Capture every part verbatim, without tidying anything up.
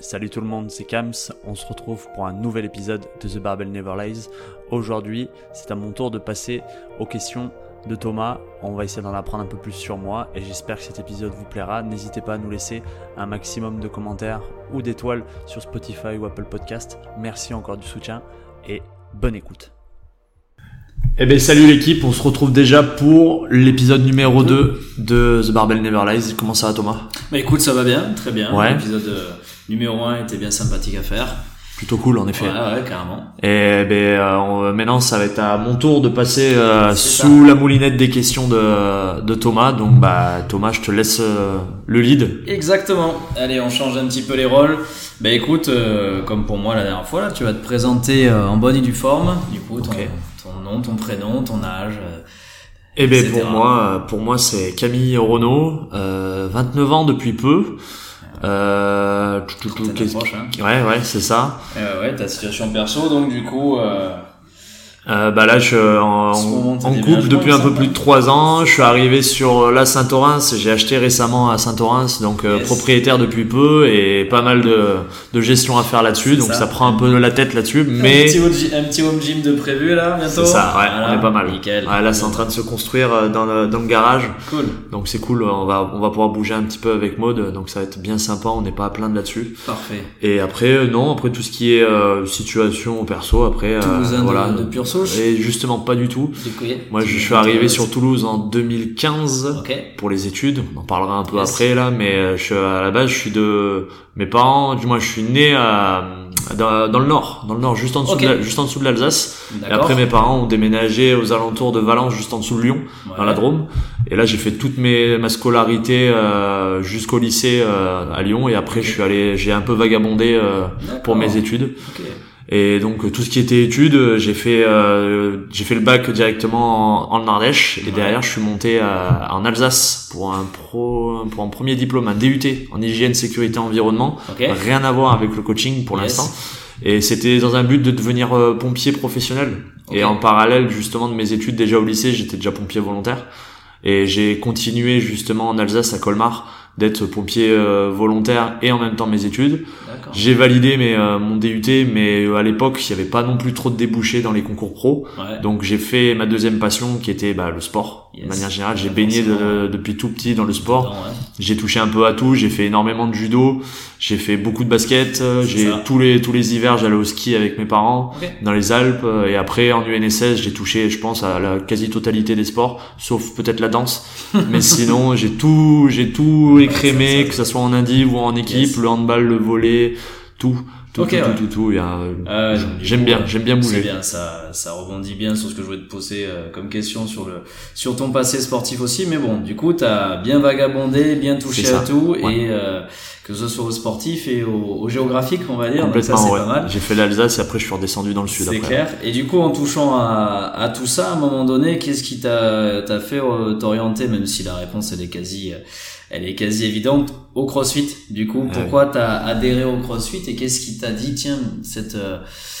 Salut tout le monde, c'est Kams, on se retrouve pour un nouvel épisode de The Barbell Never Lies. Aujourd'hui, c'est à mon tour de passer aux questions de Thomas. On va essayer d'en apprendre un peu plus sur moi et j'espère que cet épisode vous plaira. N'hésitez pas à nous laisser un maximum de commentaires ou d'étoiles sur Spotify ou Apple Podcast. Merci encore du soutien et bonne écoute. Eh bien salut l'équipe, on se retrouve déjà pour l'épisode numéro deux de The Barbell Never Lies. Comment ça va Thomas ? Bah écoute, ça va bien, très bien. Ouais. L'épisode euh, numéro un était bien sympathique à faire. Plutôt cool en effet. Ouais, ouais, carrément. Et ben euh, on, maintenant ça va être à mon tour de passer euh, sous ça. La moulinette des questions de, de Thomas. Donc bah Thomas, je te laisse euh, le lead. Exactement. Allez, on change un petit peu les rôles. Bah écoute, euh, comme pour moi la dernière fois, là, tu vas te présenter euh, en bonne et due forme. Du coup, ton, okay. ton nom, ton prénom, ton âge. Euh, Eh ben pour moi, pour moi c'est Camille Renaud, euh, vingt-neuf ans depuis peu. Euh, tout, tout, tout, approche, hein. Ouais, ouais, c'est ça. Euh, ouais, ta situation perso, donc du coup. Euh... Euh, bah là, je suis en, en, en couple depuis un peu plus de trois ans. Je suis arrivé sur la Saint-Orens. J'ai acheté récemment à Saint-Orens, donc euh, yes. propriétaire depuis peu et pas mal de, de gestion à faire là-dessus. C'est donc ça. ça prend un peu la tête là-dessus. Mais un petit, home, un petit home gym de prévu là bientôt. C'est ça, ouais, voilà. On est pas mal. Nickel. Ouais, là, c'est en train de se construire dans le, dans le garage. Cool. Donc c'est cool. On va on va pouvoir bouger un petit peu avec Maud. Donc ça va être bien sympa. On n'est pas à plaindre là-dessus. Parfait. Et après non, après tout ce qui est euh, situation perso, après Toulousain euh, voilà. de, de pure souche. Et justement pas du tout. Décoyer. Moi, je suis arrivé sur Toulouse en deux mille quinze okay. pour les études. On en parlera un peu yes. après là, mais je suis à la base, je suis de mes parents. Du moins, je suis né à dans, dans le nord, dans le nord, juste en dessous, okay. de la, juste en dessous de l'Alsace. Et après, mes parents ont déménagé aux alentours de Valence, juste en dessous de Lyon, ouais. dans la Drôme. Et là, j'ai fait toute mes ma scolarité euh, jusqu'au lycée euh, à Lyon. Et après, okay. je suis allé, j'ai un peu vagabondé euh, pour mes études. Okay. Et donc tout ce qui était études, j'ai fait euh, j'ai fait le bac directement en, en Ardèche et ouais. derrière je suis monté à, en Alsace pour un pro pour un premier diplôme, un D U T en hygiène, sécurité, environnement. Okay. Rien à voir avec le coaching pour yes. l'instant. Et c'était dans un but de devenir euh, pompier professionnel. Okay. Et en parallèle justement de mes études déjà au lycée, j'étais déjà pompier volontaire et j'ai continué justement en Alsace à Colmar d'être pompier euh, volontaire et en même temps mes études. D'accord. J'ai validé mes, euh, mon D U T, mais euh, à l'époque, il y avait pas non plus trop de débouchés dans les concours pro. Ouais. Donc j'ai fait ma deuxième passion qui était bah, le sport. Yes. De manière générale, j'ai baigné de, depuis tout petit dans le sport. Non, ouais. J'ai touché un peu à tout, j'ai fait énormément de judo, j'ai fait beaucoup de basket, c'est j'ai ça. tous les tous les hivers, j'allais au ski avec mes parents okay. dans les Alpes et après en U N S S, j'ai touché je pense à la quasi-totalité des sports, sauf peut-être la danse. Mais sinon, j'ai tout j'ai tout écrémé, ouais, que ça soit en Indi ou en équipe, yes. le handball, le volley, tout. Tout, okay, tout, ouais. tout, tout, tout, il y a, euh, j'aime coup, bien, j'aime bien bouger. C'est bien, ça, ça rebondit bien sur ce que je voulais te poser euh, comme question sur le, sur ton passé sportif aussi. Mais bon, du coup, t'as bien vagabondé, bien touché à tout, ouais. et euh, que ce soit au sportif et au, au géographique, on va dire. Complètement, donc ça, c'est ouais. pas mal. J'ai fait l'Alsace et après je suis redescendu dans le sud. C'est après. clair. Et du coup, en touchant à, à tout ça, à un moment donné, qu'est-ce qui t'a, t'a fait euh, t'orienter, même si la réponse elle est quasi, elle est quasi évidente, au CrossFit. Du coup, pourquoi ouais. t'as adhéré au CrossFit et qu'est-ce qui t'a dit, tiens, cette euh,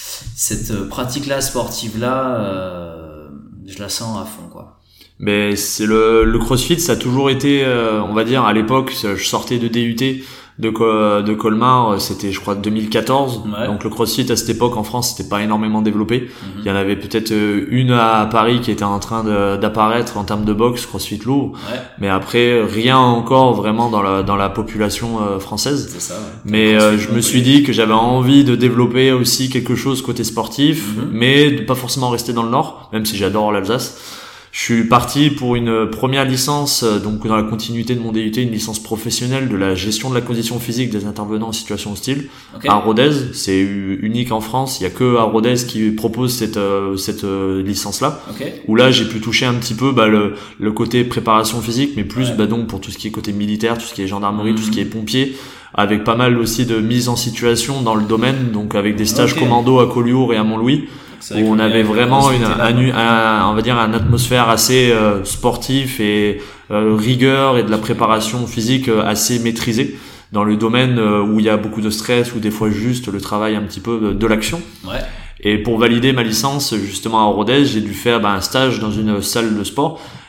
cette pratique-là, sportive-là, euh, je la sens à fond, quoi. Mais c'est le le CrossFit, ça a toujours été, euh, on va dire, à l'époque, je sortais de D U T de de Colmar, c'était je crois deux mille quatorze. Ouais. Donc le CrossFit à cette époque en France, c'était pas énormément développé. Mm-hmm. Il y en avait peut-être une à Paris qui était en train de, d'apparaître en termes de boxe, CrossFit lourd. Ouais. Mais après rien encore vraiment dans la dans la population euh, française. C'est ça, ouais. Mais euh, je me suis dit que j'avais envie de développer aussi quelque chose côté sportif, mm-hmm. mais de pas forcément rester dans le Nord, même si j'adore l'Alsace. Je suis parti pour une première licence, donc dans la continuité de mon D U T, une licence professionnelle de la gestion de la condition physique des intervenants en situation hostile, okay. à Rodez. C'est unique en France, il y a que à Rodez qui propose cette euh, cette euh, licence-là. Okay. Où là, j'ai pu toucher un petit peu bah, le le côté préparation physique, mais plus ouais. bah donc pour tout ce qui est côté militaire, tout ce qui est gendarmerie, mmh. tout ce qui est pompier, avec pas mal aussi de mise en situation dans le domaine, donc avec des stages okay. commando à Collioure et à Montlouis. Où on avait vraiment une, un, un, on va dire, une atmosphère assez euh, sportif et euh, rigueur et de la préparation physique euh, assez maîtrisée dans le domaine euh, où il y a beaucoup de stress ou des fois juste le travail un petit peu de, de l'action. Ouais. Et pour valider ma licence justement à Rodez, j'ai dû faire bah, un stage dans une salle de sport.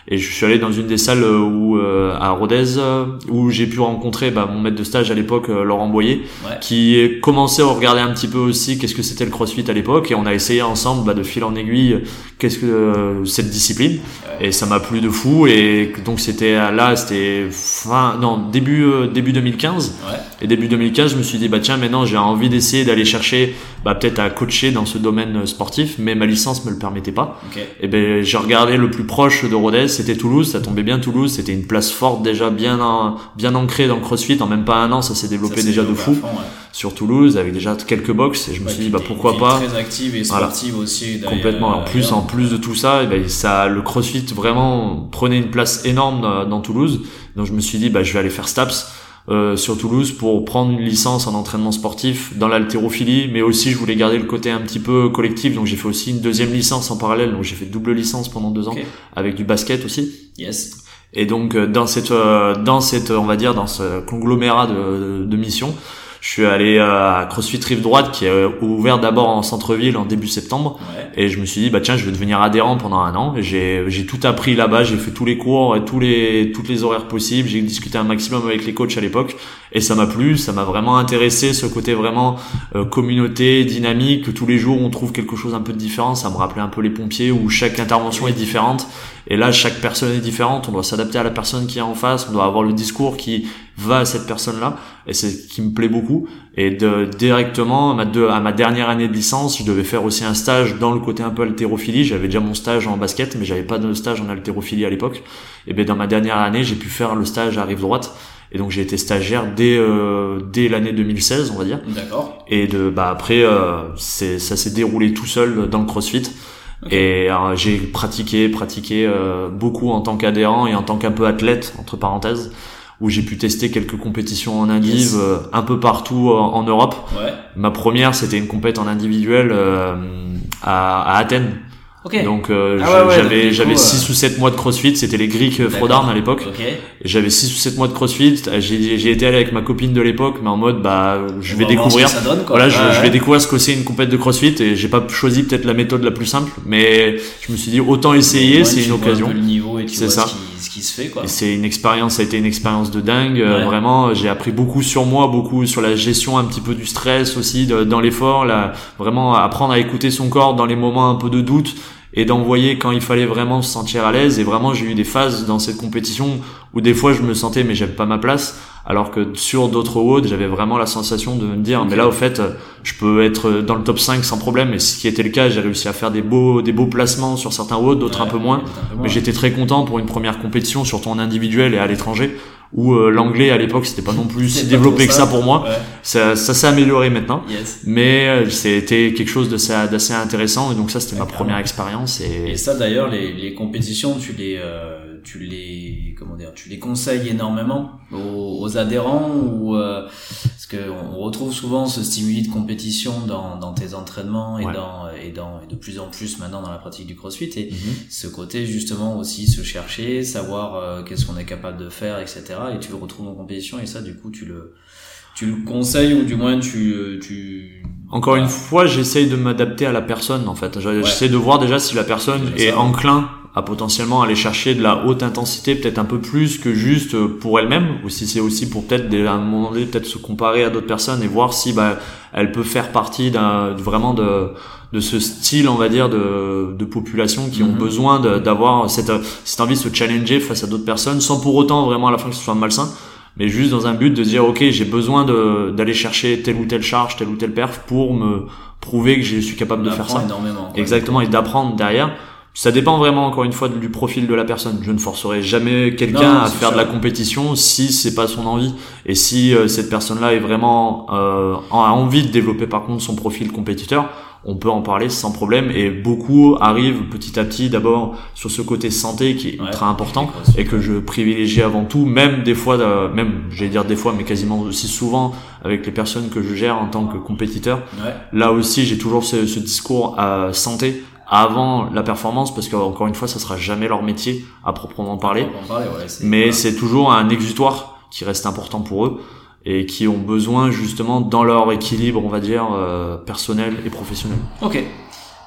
Et je suis allé dans une des salles où euh, à Rodez où j'ai pu rencontrer bah, mon maître de stage à l'époque, euh, Laurent Boyer, ouais. qui commençait à regarder un petit peu aussi qu'est-ce que c'était le CrossFit à l'époque, et on a essayé ensemble bah, de fil en aiguille qu'est-ce que euh, cette discipline, ouais. et ça m'a plu de fou. Et donc c'était là, c'était fin non début euh, début deux mille quinze, ouais. et début deux mille quinze, je me suis dit bah tiens maintenant j'ai envie d'essayer d'aller chercher bah peut-être à coacher dans ce domaine sportif, mais ma licence me le permettait pas. Okay. Et ben j'ai regardé le plus proche de Rodez, c'était Toulouse, ça tombait bien Toulouse, c'était une place forte déjà bien en, bien ancrée dans le CrossFit. En même pas un an, ça s'est développé ça déjà de fou fond, ouais. sur Toulouse avec déjà quelques box, et je me ouais, suis dit bah pourquoi pas. Très active et sportive voilà. aussi. Complètement. En plus, en plus de tout ça, et ben ça, le CrossFit vraiment prenait une place énorme dans, dans Toulouse. Donc je me suis dit bah je vais aller faire STAPS. Euh, sur Toulouse pour prendre une licence en entraînement sportif dans l'haltérophilie, mais aussi je voulais garder le côté un petit peu collectif, donc j'ai fait aussi une deuxième licence en parallèle, donc j'ai fait double licence pendant deux ans, okay. avec du basket aussi. Yes. Et donc dans cette dans cette on va dire dans ce conglomérat de, de, de missions, je suis allé à CrossFit Rive Droite qui est ouvert d'abord en centre-ville en début septembre, ouais. et je me suis dit bah tiens je vais devenir adhérent pendant un an. Et j'ai j'ai tout appris là-bas, j'ai fait tous les cours et tous les toutes les horaires possibles, j'ai discuté un maximum avec les coachs à l'époque, et ça m'a plu, ça m'a vraiment intéressé, ce côté vraiment euh, communauté, dynamique, tous les jours on trouve quelque chose un peu de différent. Ça me rappelait un peu les pompiers où chaque intervention est différente, et là chaque personne est différente, on doit s'adapter à la personne qui est en face, on doit avoir le discours qui va à cette personne-là, et c'est ce qui me plaît beaucoup. Et de, directement à ma, de, à ma dernière année de licence, je devais faire aussi un stage dans le côté un peu haltérophilie. J'avais déjà mon stage en basket, mais j'avais pas de stage en haltérophilie à l'époque. Et ben dans ma dernière année, j'ai pu faire le stage à Rive Droite. Et donc j'ai été stagiaire dès euh, dès l'année deux mille seize, on va dire. D'accord. Et de bah après euh, c'est ça s'est déroulé tout seul dans le CrossFit. Okay. Et euh, j'ai pratiqué pratiqué euh, beaucoup en tant qu'adhérent et en tant qu'un peu athlète entre parenthèses, où j'ai pu tester quelques compétitions en indiv, yes. euh, un peu partout euh, en Europe. Ouais. Ma première, c'était une compète en individuel euh, à, à Athènes. Okay. Donc euh, ah ouais, ouais, j'avais donc, j'avais six euh... ou sept mois de CrossFit, c'était les Greeks Frodarn à l'époque. Okay. J'avais six ou sept mois de CrossFit, j'ai j'ai été allé avec ma copine de l'époque, mais en mode bah je vais découvrir ça donne, quoi. Voilà, ah, je, ouais. je vais découvrir ce que c'est une compète de CrossFit, et j'ai pas choisi peut-être la méthode la plus simple, mais je me suis dit autant essayer, ouais, c'est une occasion. Le niveau et tu c'est vois ça. Ce qui, ce qui se fait quoi. Et c'est une expérience, ça a été une expérience de dingue, ouais. euh, vraiment, j'ai appris beaucoup sur moi, beaucoup sur la gestion un petit peu du stress aussi de, dans l'effort, là, vraiment apprendre à écouter son corps dans les moments un peu de doute, et d'envoyer quand il fallait vraiment se sentir à l'aise. Et vraiment j'ai eu des phases dans cette compétition où des fois je me sentais mais j'avais pas ma place, alors que sur d'autres WOD j'avais vraiment la sensation de me dire okay. mais là au fait je peux être dans le top cinq sans problème, et ce qui était le cas. J'ai réussi à faire des beaux des beaux placements sur certains WOD, d'autres ouais, un peu moins, un peu moins mais j'étais très content pour une première compétition, surtout en individuel et à l'étranger, où euh, l'anglais à l'époque c'était pas non plus si développé que ça pour moi. Ouais. Ça, ça s'est amélioré maintenant, yes. mais euh, c'était quelque chose de ça, d'assez intéressant, et donc ça c'était ouais, ma carrément. première expérience. Et, et ça d'ailleurs les, les compétitions tu les euh, tu les comment dire tu les conseilles énormément aux, aux adhérents, ou euh, parce que on retrouve souvent ce stimuli de compétition dans dans tes entraînements et ouais. dans et dans et de plus en plus maintenant dans la pratique du CrossFit, et mm-hmm. ce côté justement aussi se chercher, savoir euh, qu'est-ce qu'on est capable de faire, et cetera. Et tu le retrouves en compétition, et ça du coup tu le tu le conseilles, ou du moins tu tu encore voilà. une fois j'essaye de m'adapter à la personne en fait. J'essaie ouais. de voir déjà si la personne est ça, enclin ouais. à potentiellement aller chercher de la haute intensité, peut-être un peu plus que juste pour elle-même, ou si c'est aussi pour peut-être à un moment donné peut-être se comparer à d'autres personnes et voir si bah elle peut faire partie d'un vraiment de de ce style, on va dire, de de population qui mm-hmm. ont besoin de, d'avoir cette cette envie de se challenger face à d'autres personnes, sans pour autant vraiment à la fin que ce soit malsain, mais juste dans un but de dire ok j'ai besoin de d'aller chercher telle ou telle charge, telle ou telle perf pour me prouver que je suis capable de faire ça. Énormément, quoi. Exactement, et d'apprendre derrière. Ça dépend vraiment encore une fois du profil de la personne. Je ne forcerai jamais quelqu'un non, à faire sûr. de la compétition si c'est pas son envie, et si euh, cette personne-là est vraiment euh, a envie de développer par contre son profil compétiteur, on peut en parler sans problème. Et beaucoup arrivent petit à petit d'abord sur ce côté santé qui est ouais, ultra important et que je privilégie avant tout, même des fois, euh, même j'allais dire des fois, mais quasiment aussi souvent avec les personnes que je gère en tant que compétiteur. Ouais. Là aussi, j'ai toujours ce, ce discours à santé avant la performance, parce que encore une fois ça sera jamais leur métier à proprement parler, parler ouais, c'est, mais voilà. c'est toujours un exutoire qui reste important pour eux, et qui ont besoin justement dans leur équilibre on va dire euh, personnel et professionnel. Ok.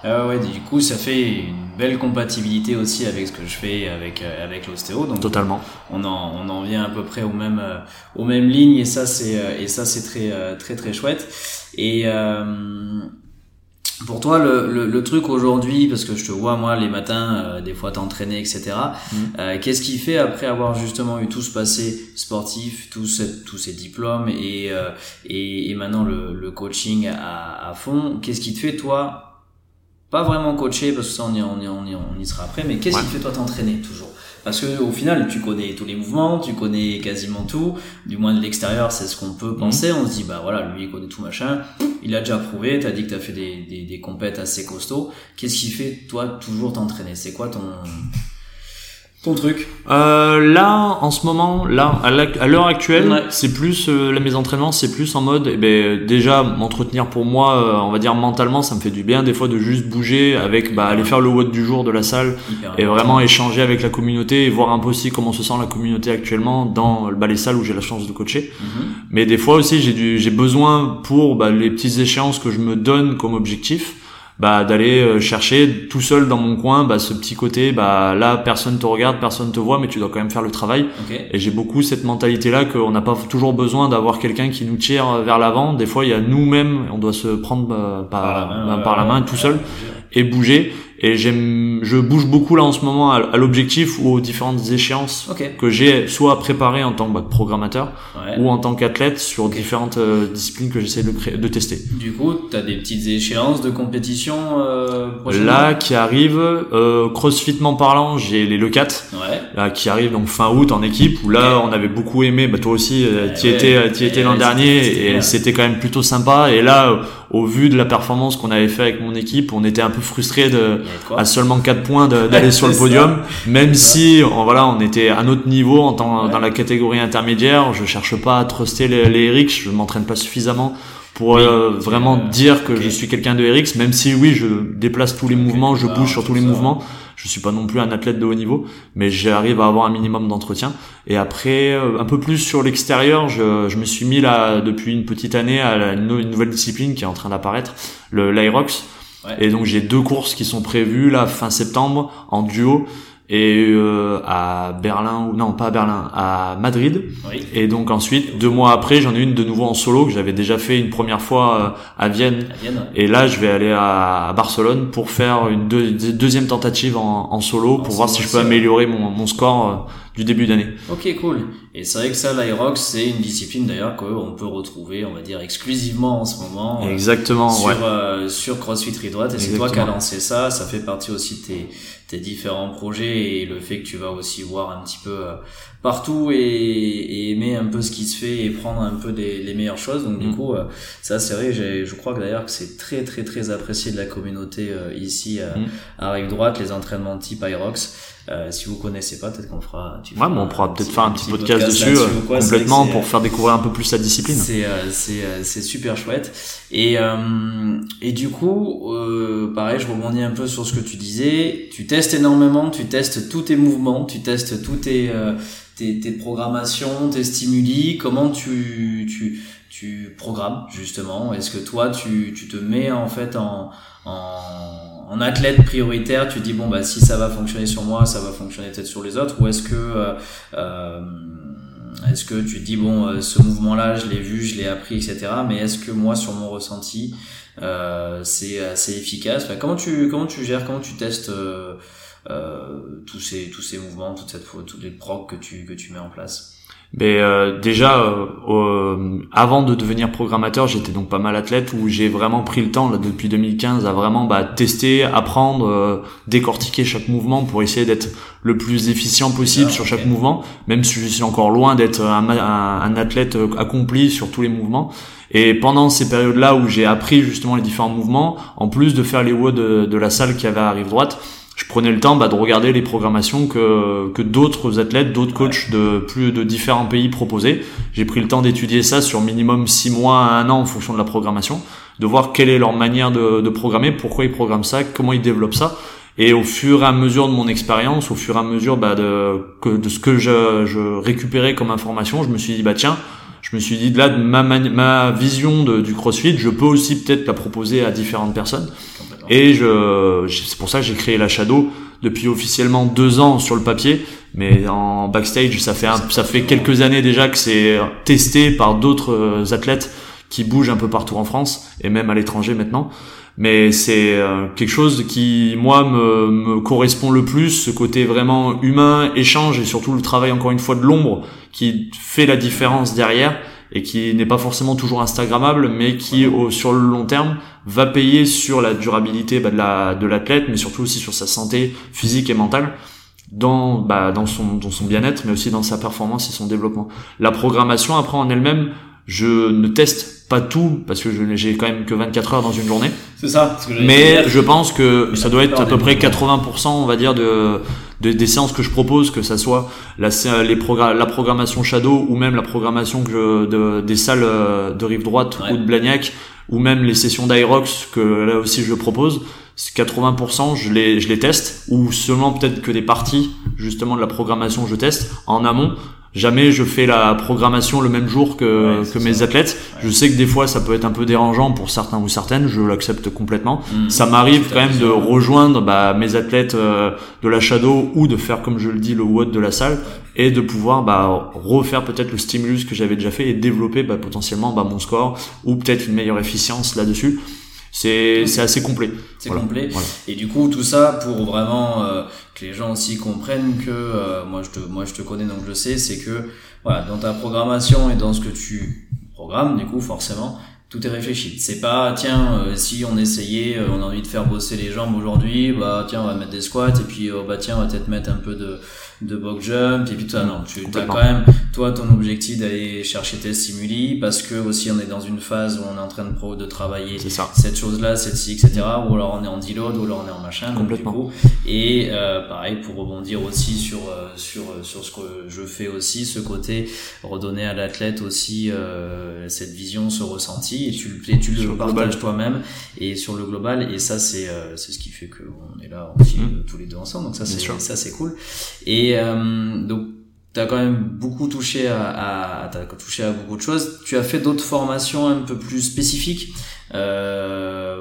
Euh, ouais, du coup, ça fait une belle compatibilité aussi avec ce que je fais avec euh, avec l'ostéo. Donc totalement. On en on en vient à peu près aux mêmes euh, aux mêmes lignes et ça c'est euh, et ça c'est très euh, très très chouette. Et euh, pour toi, le, le, le truc aujourd'hui, parce que je te vois moi les matins, euh, des fois t'entraîner, et cetera. Mmh. Euh, qu'est-ce qui fait après avoir justement eu tout ce passé sportif, tout cette, tous ces diplômes et euh, et, et maintenant le, le coaching à, à fond, qu'est-ce qui te fait toi, pas vraiment coacher parce que ça on y on y on y, on y sera après, mais qu'est-ce ouais. qui te fait toi t'entraîner toujours? Parce que au final, tu connais tous les mouvements, tu connais quasiment tout. Du moins de l'extérieur, c'est ce qu'on peut penser. Mmh. On se dit, bah voilà, lui il connaît tout machin. Il a déjà prouvé. T'as dit que t'as fait des des, des compètes assez costauds. Qu'est-ce qui fait toi toujours t'entraîner? C'est quoi ton ton truc? Euh, là, en ce moment, là, à l'heure actuelle, ouais. c'est plus euh, là, mes entraînements, c'est plus en mode, eh ben déjà m'entretenir pour moi, euh, on va dire mentalement, ça me fait du bien des fois de juste bouger, avec bah aller faire le W O D du jour de la salle Hyper et important. Vraiment échanger avec la communauté et voir un peu aussi comment se sent la communauté actuellement dans bah, les salles où j'ai la chance de coacher. Mm-hmm. Mais des fois aussi, j'ai du j'ai besoin pour bah, les petites échéances que je me donne comme objectif. Bah d'aller chercher tout seul dans mon coin bah ce petit côté bah là personne te regarde, personne te voit mais tu dois quand même faire le travail. Okay. Et j'ai beaucoup cette mentalité là qu'on n'a pas toujours besoin d'avoir quelqu'un qui nous tire vers l'avant. Des fois il y a nous-mêmes, on doit se prendre bah, par, par la main, bah, ouais, par la main ouais, tout seul ouais, et bouger. Et j'aime, je bouge beaucoup là en ce moment à, à l'objectif ou aux différentes échéances okay. que j'ai soit préparées en tant que bah, programmateur ouais. ou en tant qu'athlète sur okay. différentes euh, disciplines que j'essaie de créer, de tester. Du coup, t'as des petites échéances de compétition euh, là qui arrivent, euh, crossfitement parlant, j'ai les Le quatre ouais. là qui arrivent donc fin août en équipe où là okay. on avait beaucoup aimé. Bah toi aussi, euh, t'y ouais, étais, t'y étais l'an ouais, dernier c'était, c'était et bien. C'était quand même plutôt sympa. Et là, euh, au vu de la performance qu'on avait fait avec mon équipe, on était un peu frustré de à seulement quatre points de, d'aller sur le podium, ça. Même si on, voilà on était à un autre niveau en tant, ouais. dans la catégorie intermédiaire. Je cherche pas à truster les, les R X, je m'entraîne pas suffisamment pour oui, euh, vraiment euh, dire que okay. je suis quelqu'un de R X, même si oui je déplace tous les okay. mouvements, je bouge ah, sur tous les ça. mouvements. Je suis pas non plus un athlète de haut niveau, mais j'arrive à avoir un minimum d'entretien. Et après, euh, un peu plus sur l'extérieur, je, je me suis mis là depuis une petite année à la, une, une nouvelle discipline qui est en train d'apparaître, le l'Aerox. Ouais. Et donc j'ai deux courses qui sont prévues là fin septembre en duo et euh, à Berlin ou non pas à Berlin, à Madrid. Oui. Et donc ensuite deux mois après j'en ai une de nouveau en solo que j'avais déjà fait une première fois euh, à Vienne. À Vienne ouais. Et là je vais aller à, à Barcelone pour faire une deux, deuxième tentative en, en solo en pour voir si je peux améliorer mon, mon score euh, du début d'année. Ok, cool. Et c'est vrai que ça, l'Aerox, c'est une discipline d'ailleurs qu'on peut retrouver, on va dire, exclusivement en ce moment. Exactement, euh, sur, ouais. euh, sur CrossFit Redouate. Et c'est toi qui as lancé ça. Ça fait partie aussi de tes, tes différents projets et le fait que tu vas aussi voir un petit peu euh, partout et, et aimer un peu ce qui se fait et prendre un peu des, les meilleures choses. Donc, du mmh. coup, euh, ça, c'est vrai, j'ai, je crois que d'ailleurs que c'est très, très, très apprécié de la communauté euh, ici à, mmh. à Rive Droite, les entraînements type Aerox. Euh, si vous connaissez pas, peut-être qu'on fera. Tu ouais, mais on pourra peut-être faire un petit podcast, podcast dessus euh, quoi, complètement pour faire découvrir un peu plus sa discipline. C'est euh, c'est euh, c'est super chouette. Et euh, et du coup, euh, pareil, je rebondis un peu sur ce que tu disais. Tu testes énormément, tu testes tous tes mouvements, tu testes tous tes euh, tes, tes programmations, tes stimuli. Comment tu tu tu programmes justement? Est-ce que toi tu tu te mets en fait en en en athlète prioritaire, tu dis bon bah si ça va fonctionner sur moi, ça va fonctionner peut-être sur les autres, ou est-ce que euh, euh, est-ce que tu te dis bon euh, ce mouvement-là je l'ai vu, je l'ai appris, et cetera. Mais est-ce que moi sur mon ressenti euh, c'est assez efficace? Enfin, comment tu comment tu gères, comment tu testes euh, euh, tous ces tous ces mouvements, toute cette toutes les procs que tu que tu mets en place? Mais euh, déjà, euh, euh, avant de devenir programmateur, j'étais donc pas mal athlète où j'ai vraiment pris le temps là depuis deux mille quinze à vraiment bah, tester, apprendre, euh, décortiquer chaque mouvement pour essayer d'être le plus efficient possible sur chaque okay. mouvement. Même si je suis encore loin d'être un, un, un athlète accompli sur tous les mouvements. Et pendant ces périodes-là où j'ai appris justement les différents mouvements, en plus de faire les W O D de, de la salle qui avait à Rive Droite, je prenais le temps bah, de regarder les programmations que que d'autres athlètes, d'autres coachs de plus de différents pays proposaient. J'ai pris le temps d'étudier ça sur minimum six mois à un an en fonction de la programmation, de voir quelle est leur manière de, de programmer, pourquoi ils programment ça, comment ils développent ça. Et au fur et à mesure de mon expérience, au fur et à mesure bah, de que de ce que je, je récupérais comme information, je me suis dit bah tiens, je me suis dit là de ma ma vision de, du CrossFit, je peux aussi peut-être la proposer à différentes personnes. Et je, c'est pour ça que j'ai créé la Shadow depuis officiellement deux ans sur le papier, mais en backstage, ça fait un, ça fait quelques années déjà que c'est testé par d'autres athlètes qui bougent un peu partout en France et même à l'étranger maintenant. Mais c'est euh, quelque chose qui, moi, me, me correspond le plus, ce côté vraiment humain, échange et surtout le travail, encore une fois, de l'ombre qui fait la différence derrière et qui n'est pas forcément toujours instagrammable, mais qui, au, sur le long terme, va payer sur la durabilité bah, de la de l'athlète, mais surtout aussi sur sa santé physique et mentale, dans bah dans son dans son bien-être, mais aussi dans sa performance et son développement. La programmation, après, en elle-même, je ne teste pas tout parce que je j'ai quand même que vingt-quatre heures dans une journée. C'est ça. Mais je pense que ça doit être à peu près quatre-vingts pour cent, on va dire, de, de des séances que je propose, que ça soit la les progr- la programmation Shadow ou même la programmation que je, de des salles de rive droite ouais. ou de Blagnac, ou même les sessions d'Aerox que là aussi je propose. quatre-vingts pour cent je les je les teste, ou seulement peut-être que des parties justement de la programmation je teste en amont. Jamais je fais la programmation le même jour que, ouais, que mes ça. athlètes. Ouais. Je sais que des fois ça peut être un peu dérangeant pour certains ou certaines, je l'accepte complètement. Mmh, ça m'arrive quand même de rejoindre bah, mes athlètes euh, de la Shadow ou de faire, comme je le dis, le W O D de la salle, ouais. et de pouvoir bah, refaire peut-être le stimulus que j'avais déjà fait et développer bah, potentiellement bah, mon score ou peut-être une meilleure efficience là-dessus. C'est, okay. c'est assez complet. C'est voilà. complet. Voilà. Et du coup, tout ça pour vraiment euh, que les gens aussi comprennent que euh, moi je te, moi je te connais donc je le sais, c'est que voilà, dans ta programmation et dans ce que tu programmes, du coup forcément, tout est réfléchi. C'est pas tiens euh, si on essayait, euh, on a envie de faire bosser les jambes aujourd'hui, bah tiens on va mettre des squats et puis euh, bah tiens on va peut-être mettre un peu de de box jump et puis toi non tu as quand même toi ton objectif d'aller chercher tes stimuli parce que aussi on est dans une phase où on est en train de pro de travailler cette chose là cette ci etc ou alors on est en deload ou alors on est en machin donc du coup et euh, pareil pour rebondir aussi sur euh, sur sur ce que je fais aussi, ce côté redonner à l'athlète aussi euh, cette vision, ce ressenti, et tu le et tu le partages toi-même et sur le global, et ça c'est euh, c'est ce qui fait que on est là aussi mmh. tous les deux ensemble, donc ça c'est ça c'est cool. Et Et euh, donc t'as quand même beaucoup touché à, à t'as touché à beaucoup de choses. Tu as fait d'autres formations un peu plus spécifiques, euh,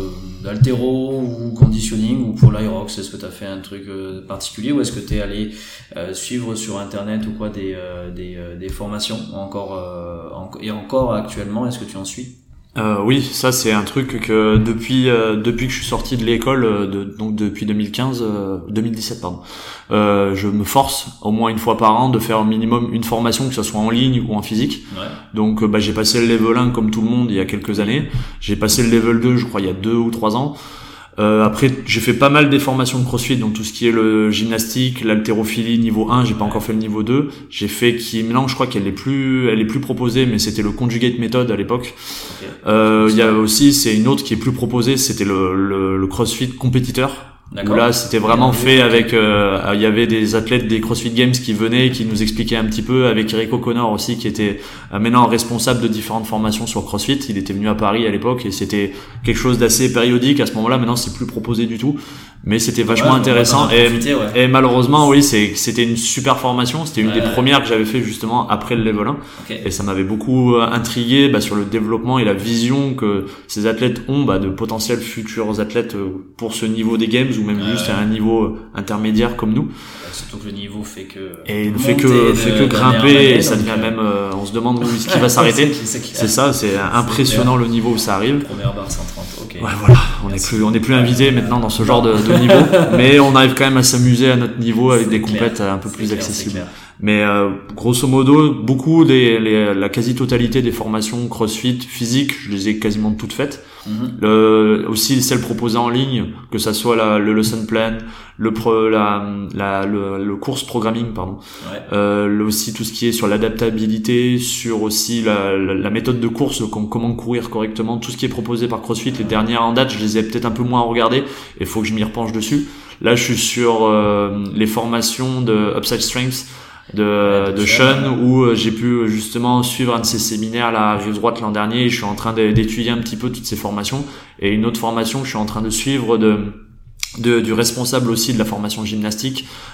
d'haltéro ou conditioning, ou pour l'Aerox, est-ce que t'as fait un truc particulier, ou est-ce que t'es allé euh, suivre sur internet ou quoi des euh, des euh, des formations encore euh, en, et encore actuellement, est-ce que tu en suis? Euh, oui, ça c'est un truc que depuis euh, depuis que je suis sorti de l'école, euh, de, donc depuis deux mille quinze, euh, deux mille dix-sept pardon, euh, je me force au moins une fois par an de faire au minimum une formation, que ce soit en ligne ou en physique. Ouais. Donc euh, bah j'ai passé le level un comme tout le monde il y a quelques années. J'ai passé le level deux, je crois il y a deux ou trois ans. Euh, après, j'ai fait pas mal des formations de CrossFit, donc tout ce qui est le gymnastique, l'haltérophilie niveau un, j'ai pas encore fait le niveau deux. J'ai fait qui, maintenant, je crois qu'elle est plus, elle est plus proposée, mais c'était le conjugate method à l'époque. Okay. Euh, il y a aussi, c'est une autre qui est plus proposée, c'était le, le, le CrossFit compétiteur. Où là, c'était vraiment fait avec, euh, il y avait des athlètes des CrossFit Games qui venaient, qui nous expliquaient un petit peu, avec Eric O'Connor aussi, qui était euh, maintenant responsable de différentes formations sur CrossFit. Il était venu à Paris à l'époque et c'était quelque chose d'assez périodique à ce moment-là. Maintenant, c'est plus proposé du tout, mais c'était vachement ouais, intéressant. Et, profiter, ouais. et malheureusement, oui, c'est, c'était une super formation. C'était une ouais, des ouais. premières que j'avais fait justement après le level un. Okay. Et ça m'avait beaucoup intrigué, bah, sur le développement et la vision que ces athlètes ont, bah, de potentiels futurs athlètes pour ce niveau des Games, ou même euh, juste à un niveau intermédiaire comme nous. Surtout que le niveau fait que et ne fait que fait que grimper, et ça devient même euh, on se demande où ce qui va s'arrêter. c'est, c'est, c'est ça, c'est impressionnant le niveau où ça arrive. Première barre cent trente. OK. Ouais, voilà, on n'est plus on n'est plus invité maintenant dans ce genre de, de niveau, mais on arrive quand même à s'amuser à notre niveau avec c'est des complètes un peu plus clair, accessibles. Mais euh, grosso modo, beaucoup des les, la quasi-totalité des formations CrossFit physiques, je les ai quasiment toutes faites. Mm-hmm. Le, aussi celles proposées en ligne, que ça soit la, le lesson plan, le pro, la, la le, le course programming pardon. Ouais. Euh, le, aussi tout ce qui est sur l'adaptabilité, sur aussi la, la, la méthode de course, comme, comment courir correctement, tout ce qui est proposé par CrossFit. Les dernières en date, je les ai peut-être un peu moins regardées, et faut que je m'y repenche dessus. Là, je suis sur euh, les formations de Upside Strength de, ouais, de Sean, où j'ai pu justement suivre un de ses séminaires là, à Rive Droite l'an dernier, et je suis en train d'étudier un petit peu toutes ces formations, et une autre formation que je suis en train de suivre de, de du responsable aussi de la formation gymnastique,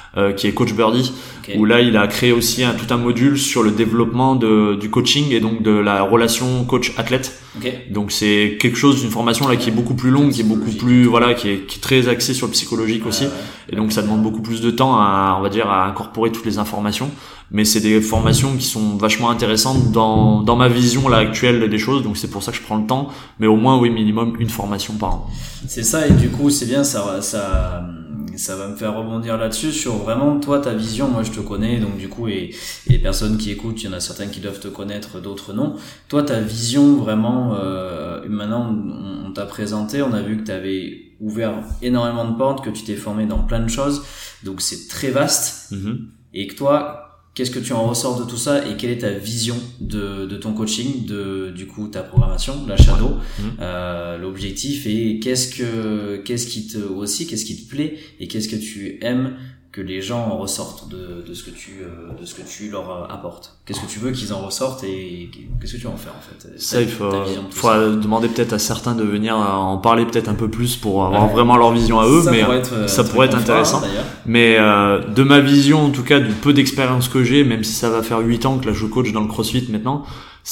euh, qui est Coach Birdie, okay. où là il a créé aussi un, tout un module sur le développement de, du coaching et donc de la relation coach-athlète. Okay. Donc c'est quelque chose, une formation là qui est beaucoup plus longue, qui est beaucoup plus voilà, qui est, qui est très axée sur le psychologique aussi, ouais, ouais. et donc ça demande beaucoup plus de temps à, on va dire, à incorporer toutes les informations. Mais c'est des formations qui sont vachement intéressantes dans dans ma vision là actuelle des choses, donc c'est pour ça que je prends le temps. Mais au moins oui, minimum une formation par an. C'est ça, et du coup c'est bien, ça ça ça va me faire rebondir là-dessus sur vraiment toi ta vision. Moi je te connais, donc du coup et, et les personnes qui écoutent, il y en a certains qui doivent te connaître, d'autres non. Toi ta vision vraiment, euh, maintenant on, on t'a présenté, on a vu que tu avais ouvert énormément de portes, que tu t'es formé dans plein de choses, donc c'est très vaste. Mm-hmm. Et que toi, qu'est-ce que tu en ressors de tout ça et quelle est ta vision de, de ton coaching, de du coup ta programmation, la shadow, mmh. euh, l'objectif, et qu'est-ce que qu'est-ce qui te aussi qu'est-ce qui te plaît et qu'est-ce que tu aimes que les gens en ressortent de de ce que tu euh, de ce que tu leur apportes. Qu'est-ce que tu veux qu'ils en ressortent et qu'est-ce que tu vas en faire en fait. Ça ta, il faut faut ça. demander peut-être à certains de venir en parler peut-être un peu plus pour avoir ouais. vraiment leur vision à eux, ça mais pourrait être, ça pourrait être intéressant. D'ailleurs. Mais euh, de ma vision en tout cas, du peu d'expérience que j'ai, même si ça va faire huit ans que là je coach dans le CrossFit maintenant,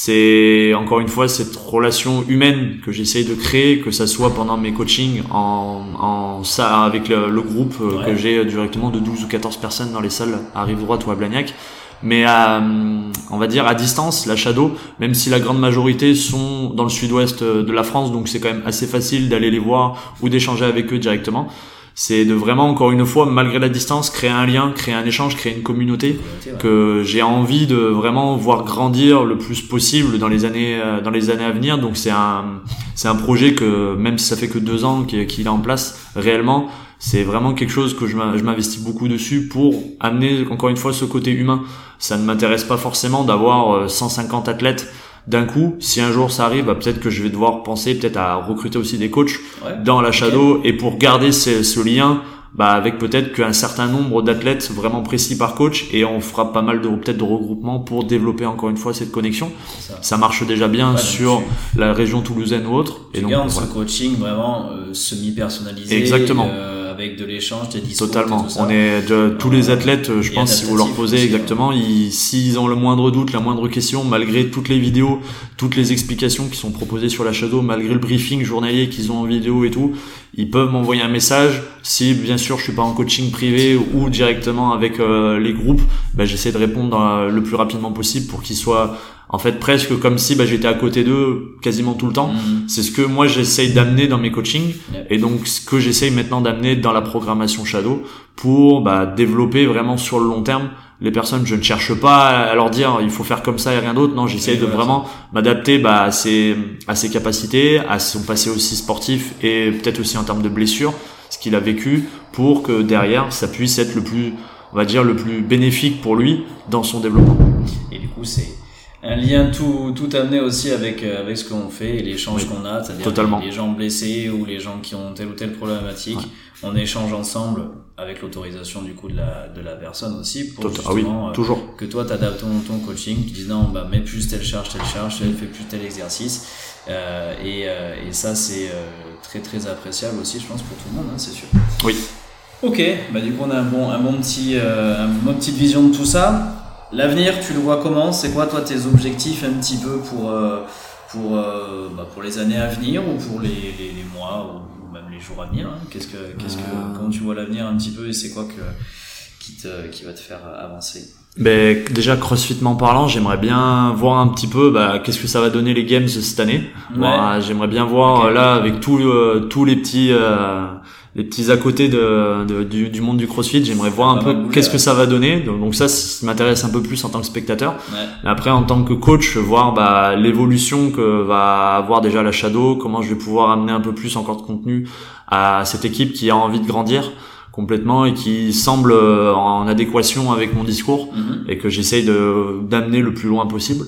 c'est encore une fois cette relation humaine que j'essaye de créer, que ça soit pendant mes coachings en en ça avec le, le groupe euh, ouais. que j'ai directement de douze ou quatorze personnes dans les salles à Rive-Droite ou à Blagnac. Mais à, on va dire à distance, la shadow, même si la grande majorité sont dans le sud-ouest de la France, donc c'est quand même assez facile d'aller les voir ou d'échanger avec eux directement. C'est de vraiment, encore une fois, malgré la distance, créer un lien, créer un échange, créer une communauté, communauté ouais. que j'ai envie de vraiment voir grandir le plus possible dans les années, dans les années à venir. Donc c'est un, c'est un projet que, même si ça fait que deux ans qu'il est en place, réellement, c'est vraiment quelque chose que je m'investis beaucoup dessus pour amener, encore une fois, ce côté humain. Ça ne m'intéresse pas forcément d'avoir cent cinquante athlètes d'un coup. Si un jour ça arrive, bah, peut-être que je vais devoir penser peut-être à recruter aussi des coachs ouais, dans la shadow, okay. et pour garder ce, ce lien, bah, avec peut-être qu'un certain nombre d'athlètes vraiment précis par coach, et on fera pas mal de peut-être de regroupements pour développer encore une fois cette connexion. Ça. ça marche déjà bien ouais, sur tu, la région toulousaine ou autre. Tu et donc gardes voilà. ce coaching vraiment euh, semi-personnalisé. Exactement. Euh, avec de l'échange, des discours. Totalement. Tout ça. On est de, tous les athlètes, je pense, si vous leur posez aussi, exactement, ils, s'ils ont le moindre doute, la moindre question, malgré toutes les vidéos, toutes les explications qui sont proposées sur la shadow, malgré le briefing journalier qu'ils ont en vidéo et tout, ils peuvent m'envoyer un message. Si bien sûr je suis pas en coaching privé ou directement avec euh, les groupes, bah, j'essaie de répondre dans, le plus rapidement possible pour qu'ils soient en fait presque comme si bah, j'étais à côté d'eux quasiment tout le temps. Mmh. C'est ce que moi j'essaye d'amener dans mes coachings, yep. et donc ce que j'essaye maintenant d'amener dans la programmation shadow pour bah, développer vraiment sur le long terme les personnes. Je ne cherche pas à leur dire il faut faire comme ça et rien d'autre. Non, j'essaye de vraiment m'adapter bah, à ses à ses capacités, à son passé aussi sportif et peut-être aussi en termes de blessures, ce qu'il a vécu, pour que derrière ça puisse être le plus, on va dire, le plus bénéfique pour lui dans son développement. Et du coup c'est un lien tout tout amené aussi avec avec ce qu'on fait et l'échange oui, qu'on a, c'est-à-dire totalement. Les, les gens blessés ou les gens qui ont telle ou telle problématique, ouais. on échange ensemble avec l'autorisation du coup de la de la personne aussi pour Total, justement ah oui, toujours. Euh, que toi t'adaptes ton ton coaching, tu dis non bah mets plus telle charge telle charge, fais plus tel exercice, euh, et euh, et ça c'est euh, très très appréciable aussi, je pense, pour tout le monde, hein, c'est sûr. Oui. Ok, bah du coup on a un bon un bon petit euh, une bonne petite vision de tout ça. L'avenir, tu le vois comment? C'est quoi toi tes objectifs un petit peu pour euh, pour euh, bah, pour les années à venir ou pour les les, les mois ou même les jours à venir, hein? Qu'est-ce que qu'est-ce que euh... comment tu vois l'avenir un petit peu et c'est quoi que qui te qui va te faire avancer? Ben déjà CrossFitement parlant, j'aimerais bien voir un petit peu bah qu'est-ce que ça va donner les games cette année. Ouais. Moi, j'aimerais bien voir okay. là avec tous euh, tous les petits euh, les petits à côté de, de du, du monde du CrossFit, j'aimerais voir un peu bouger, qu'est-ce ouais. que ça va donner. Donc, donc ça, ça m'intéresse un peu plus en tant que spectateur. Ouais. Mais après, en tant que coach, voir bah l'évolution que va avoir déjà la shadow, comment je vais pouvoir amener un peu plus encore de contenu à cette équipe qui a envie de grandir complètement et qui semble en adéquation avec mon discours, mm-hmm. et que j'essaye de d'amener le plus loin possible.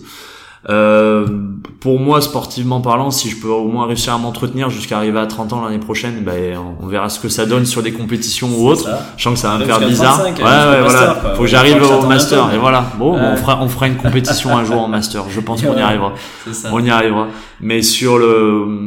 Euh, pour moi, sportivement parlant, si je peux au moins réussir à m'entretenir jusqu'à arriver à trente ans l'année prochaine, ben on verra ce que ça donne sur des compétitions ou autres. Je sens que ça va me faire bizarre. trente-cinq, ouais, ouais, voilà. Master, faut que j'arrive au master. Et voilà. Bon, ouais. on fera, on fera une compétition un jour en master. Je pense qu'on y arrivera. C'est ça. On y arrivera. Mais sur le,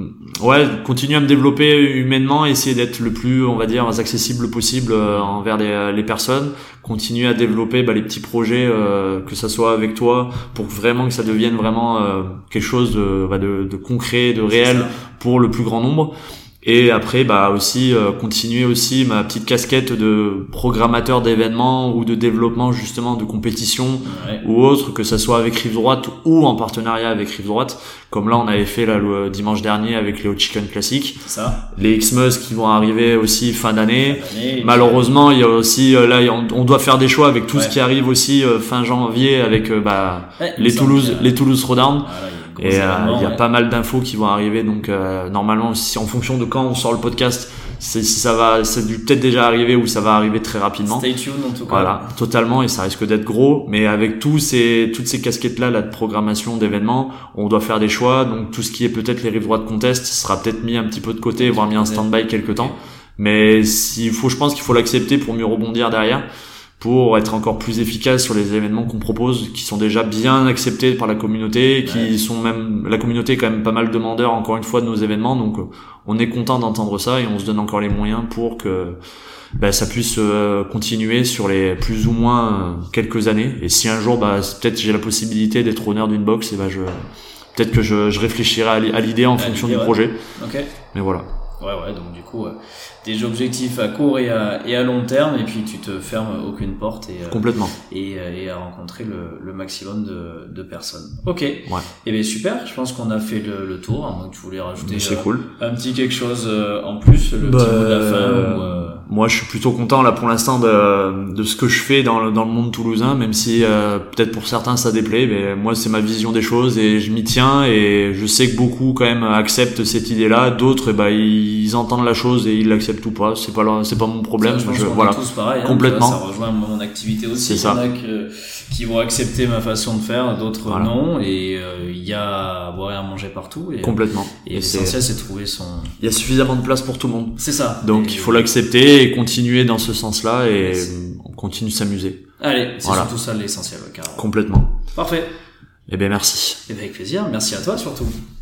ouais, continuer à me développer humainement, essayer d'être le plus, on va dire, accessible possible euh, envers les, les personnes, continuer à développer bah, les petits projets, euh, que ça soit avec toi, pour vraiment que ça devienne vraiment euh, quelque chose de, bah, de, de concret, de réel pour le plus grand nombre. Et après, bah aussi euh, continuer aussi ma petite casquette de programmateur d'événements ou de développement justement de compétition ouais. ou autre, que ça soit avec Rive Droite ou en partenariat avec Rive Droite, comme là on avait fait là le dimanche dernier avec les Hot Chicken Classic. Ça. Les Xmas qui vont arriver aussi fin d'année. Fin d'année Malheureusement, il y a aussi euh, là on, on doit faire des choix avec tout ouais. ce qui arrive aussi euh, fin janvier avec euh, bah ouais, les Toulouse que... les Toulouse Throwdown. Voilà, et il euh, y a ouais. pas mal d'infos qui vont arriver, donc euh, normalement si en fonction de quand on sort le podcast, c'est, si ça va, c'est peut-être déjà arrivé ou ça va arriver très rapidement. Stay tuned en tout cas. Voilà, totalement, et ça risque d'être gros, mais avec tous ces toutes ces casquettes là, là de programmation d'événements, on doit faire des choix, donc tout ce qui est peut-être les rives droites contest sera peut-être mis un petit peu de côté, voire mis en stand-by quelques temps. Mais s'il faut, je pense qu'il faut l'accepter pour mieux rebondir derrière, pour être encore plus efficace sur les événements qu'on propose, qui sont déjà bien acceptés par la communauté, qui ouais. sont même, la communauté est quand même pas mal demandeur encore une fois de nos événements, donc on est content d'entendre ça et on se donne encore les moyens pour que bah, ça puisse euh, continuer sur les plus ou moins euh, quelques années. Et si un jour bah peut-être j'ai la possibilité d'être honneur d'une box, et bah je peut-être que je, je réfléchirai à l'idée en à fonction l'idée, du ouais. projet. Okay. Mais voilà. Ouais ouais, donc du coup euh, des objectifs à court et à, et à long terme, et puis tu te fermes aucune porte et, euh, complètement. et, et à rencontrer le, le maximum de, de personnes. Ok. Ouais. Et bien super, je pense qu'on a fait le, le tour, à moins que tu voulais rajouter c'est euh, cool. un petit quelque chose euh, en plus, le bah, petit mot de la fin. Ou, euh... Moi je suis plutôt content là pour l'instant de, de ce que je fais dans le, dans le monde toulousain, même si euh, peut-être pour certains ça déplaît, mais moi c'est ma vision des choses et je m'y tiens, et je sais que beaucoup quand même acceptent cette idée-là, d'autres bah ils entendent la chose et ils l'acceptent ou pas, c'est pas leur, c'est pas mon problème. Ça, je pense je, qu'on voilà, est tous pareil, hein, complètement. Ça rejoint mon activité aussi. C'est ça. Il y en a que, qui vont accepter ma façon de faire, d'autres voilà. non, et il euh, y a à boire et à manger partout. Et, complètement. Et, et l'essentiel c'est de trouver son. Il y a suffisamment de place pour tout le monde. C'est ça. Donc et, il faut l'accepter et continuer dans ce sens-là, et on continue de s'amuser. Allez, c'est voilà. surtout ça l'essentiel, carrément. Complètement. Parfait. Eh bien merci. Et bien avec plaisir, merci à toi surtout.